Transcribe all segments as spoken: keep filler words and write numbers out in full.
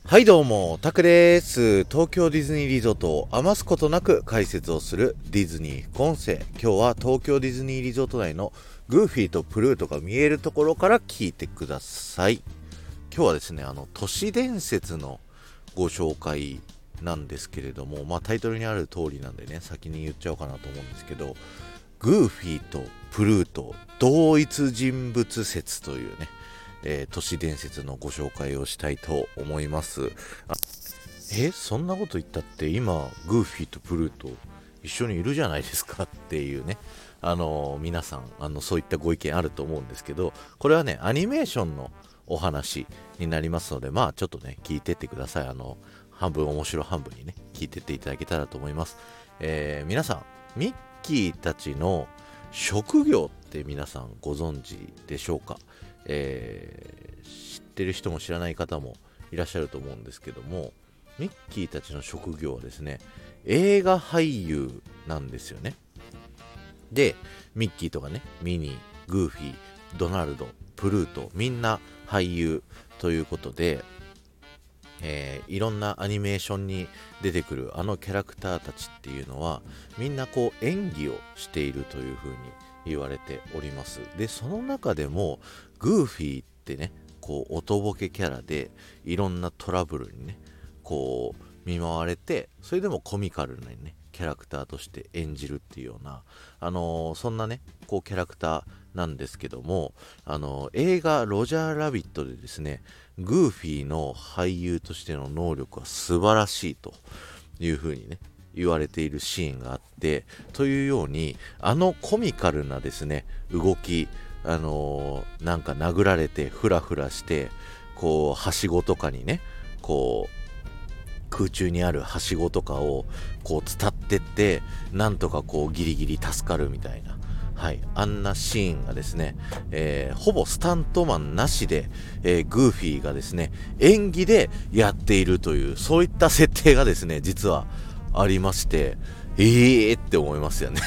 はいどうも、タクです。東京ディズニーリゾートを余すことなく解説をするディズニー副音声。今日は東京ディズニーリゾート内のグーフィーとプルートが見えるところから聞いてください。今日はですね、あの都市伝説のご紹介なんですけれども、まあタイトルにある通りなんでね、先に言っちゃおうかなと思うんですけど、グーフィーとプルート同一人物説というね、えー都市伝説のご紹介をしたいと思います。あえそんなこと言ったって今グーフィーとプルート一緒にいるじゃないですかっていうね、あのー皆さんあのそういったご意見あると思うんですけど、これはねアニメーションのお話になりますので、まあちょっとね聞いてってください。あの半分面白半分にね聞いてっていただけたらと思います。えー皆さんミッキーたちの職業って皆さんご存知でしょうか？えー知ってる人も知らない方もいらっしゃると思うんですけども、ミッキーたちの職業はですね、映画俳優なんですよね。で、ミッキーとかね、ミニー、グーフィー、ドナルド、プルート、みんな俳優ということで、えーいろんなアニメーションに出てくるあのキャラクターたちっていうのはみんなこう演技をしているというふうに言われております。でその中でもグーフィーってね、こうおとぼけキャラでいろんなトラブルにねこう見舞われて、それでもコミカルなねキャラクターとして演じるっていうような、あのーそんなねこうキャラクターなんですけども、あのー映画ロジャーラビットでですね、グーフィーの俳優としての能力は素晴らしいというふうにね言われているシーンがあって、というようにあのコミカルなですね動き、あのーなんか殴られてフラフラしてこうはしごとかにねこう空中にあるはしごとかをこう伝ってってなんとかこうギリギリ助かるみたいな、はい、あんなシーンがですね、えーほぼスタントマンなしで、えーグーフィーがですね演技でやっているという、そういった設定がですね実はありまして、えーって思いますよね。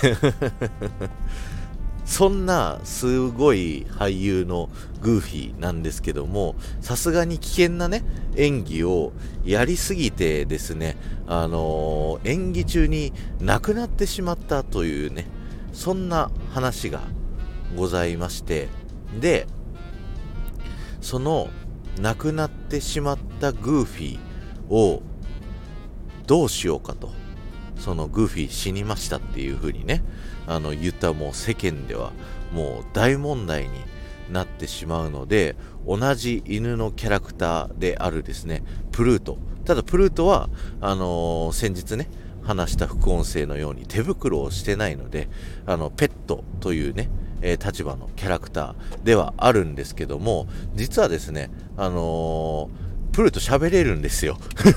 そんなすごい俳優のグーフィーなんですけども、さすがに危険なね演技をやりすぎてですね、あのー演技中に亡くなってしまったというね、そんな話がございまして、でその亡くなってしまったグーフィーをどうしようかと、そのグーフィー死にましたっていう風にねあの言ったらもう世間ではもう大問題になってしまうので、同じ犬のキャラクターであるですねプルート、ただプルートはあのー先日ね話した副音声のように手袋をしてないので、あのペットというね、えー立場のキャラクターではあるんですけども、実はですねあのープルート喋れるんですよ。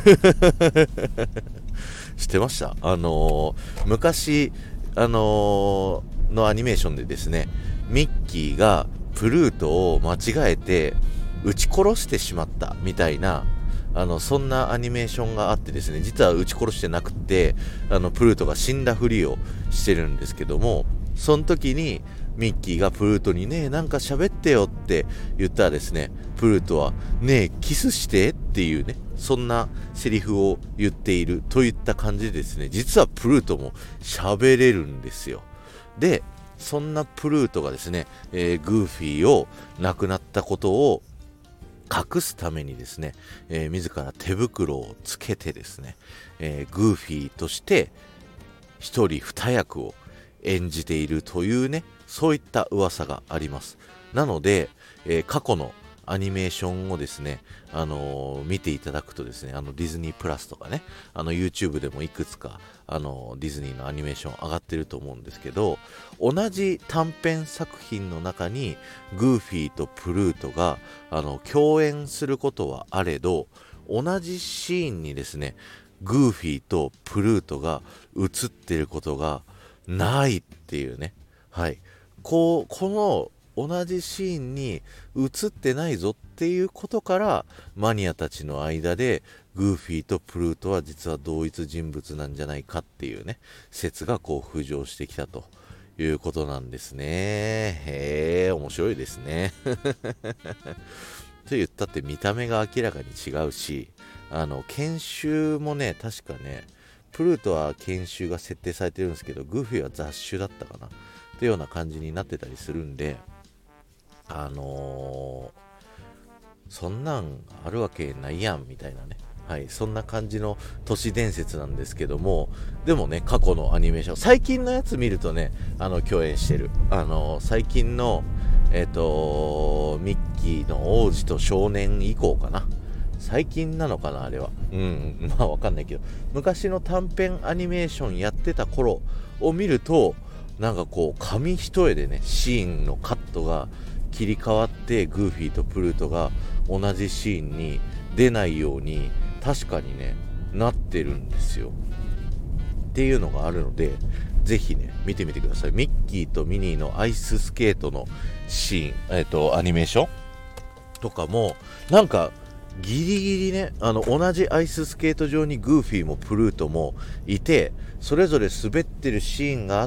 知ってました？あのー昔、あのーのアニメーションでですね、ミッキーがプルートを間違えて撃ち殺してしまったみたいな、あのそんなアニメーションがあってですね、実は撃ち殺してなくて、あのプルートが死んだふりをしてるんですけども、その時にミッキーがプルートにね、なんか喋ってよって言ったらですね、プルートはねえキスしてっていうね、そんなセリフを言っているといった感じでですね、実はプルートも喋れるんですよ。でそんなプルートがですね、えーグーフィーを亡くなったことを隠すためにですね、えー自ら手袋をつけてですね、えーグーフィーとして一人二役を演じているというね、そういった噂があります。なので、えー過去のアニメーションをですね、あのー見ていただくとですね、あのディズニープラスとかね、あの YouTube でもいくつか、あのーディズニーのアニメーション上がってると思うんですけど、同じ短編作品の中にグーフィーとプルートがあの共演することはあれど、同じシーンにですねグーフィーとプルートが映ってることがないっていうね、はい、こうこの同じシーンに映ってないぞっていうことから、マニアたちの間でグーフィーとプルートは実は同一人物なんじゃないかっていうね説がこう浮上してきたということなんですね。へえ、面白いですね。 と言ったって見た目が明らかに違うし、あの研修もね、確かね、プルートは研修が設定されてるんですけど、グーフィーは雑種だったかなというような感じになってたりするんで、あのー、そんなんあるわけないやんみたいなね、はい、そんな感じの都市伝説なんですけども、でもね、過去のアニメーション、最近のやつ見るとね、あの共演してる、あのー、最近のえっ、ー、とミッキーの王子と少年以降かな、最近なのかなあれは、うんまあわかんないけど、昔の短編アニメーションやってた頃を見ると、なんかこう紙一重でね、シーンのカットが切り替わって、グーフィーとプルートが同じシーンに出ないように確かにねなってるんですよっていうのがあるので、ぜひね見てみてください。ミッキーとミニーのアイススケートのシーン、えっとアニメーションとかもなんかギリギリね、あの同じアイススケート場にグーフィーもプルートもいて、それぞれ滑ってるシーンがあって、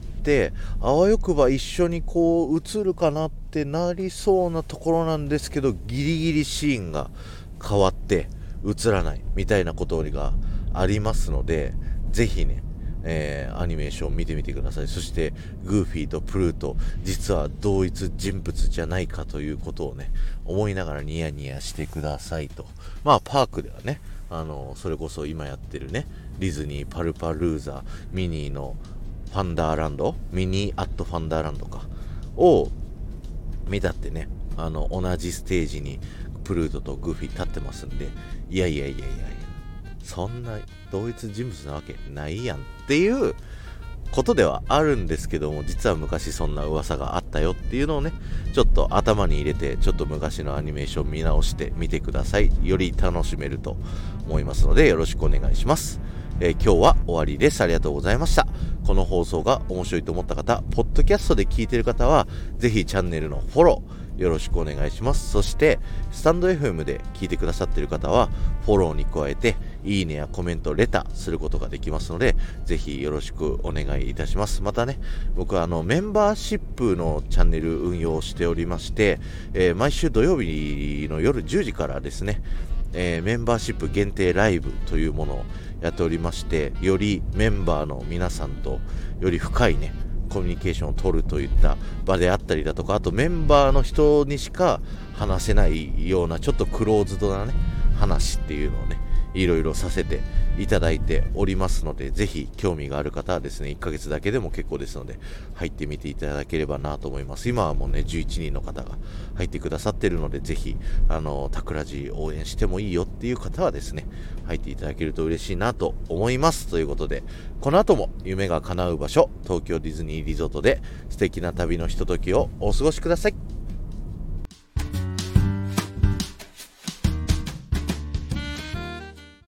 あわよくば一緒にこう映るかなってなりそうなところなんですけど、ギリギリシーンが変わって映らないみたいなことがありますので、ぜひね、えー、アニメーション見てみてください。そしてグーフィーとプルート、実は同一人物じゃないかということをね思いながらニヤニヤしてくださいと。まあパークではね、あのそれこそ今やってるね、ディズニーパルパルーザミニーのファンダーランド、ミニーアットファンダーランドかを見たってね、あの同じステージにプルートとグーフィー立ってますんで、いやいやいやいやいや、そんな同一人物なわけないやんっていうことではあるんですけども、実は昔そんな噂があったよっていうのをね、ちょっと頭に入れて、ちょっと昔のアニメーション見直してみてください。より楽しめると思いますので、よろしくお願いします。えー、今日は終わりです。ありがとうございました。この放送が面白いと思った方、ポッドキャストで聞いている方はぜひチャンネルのフォローよろしくお願いします。そしてスタンド エフエム で聞いてくださっている方はフォローに加えていいねやコメント、レターすることができますので、ぜひよろしくお願いいたします。またね、僕はあのメンバーシップのチャンネル運用しておりまして、えー、毎週土曜日の夜じゅうじからですね、えー、メンバーシップ限定ライブというものをやっておりまして、よりメンバーの皆さんとより深いねコミュニケーションを取るといった場であったりだとか、あとメンバーの人にしか話せないようなちょっとクローズドなね話っていうのをねいろいろさせていただいておりますので、ぜひ興味がある方はですね、いっかげつだけでも結構ですので入ってみていただければなと思います。今はもうねじゅういちにんの方が入ってくださっているので、ぜひあのタクラジ応援してもいいよっていう方はですね入っていただけると嬉しいなと思います。ということで、この後も夢が叶う場所、東京ディズニーリゾートで素敵な旅のひとときをお過ごしください。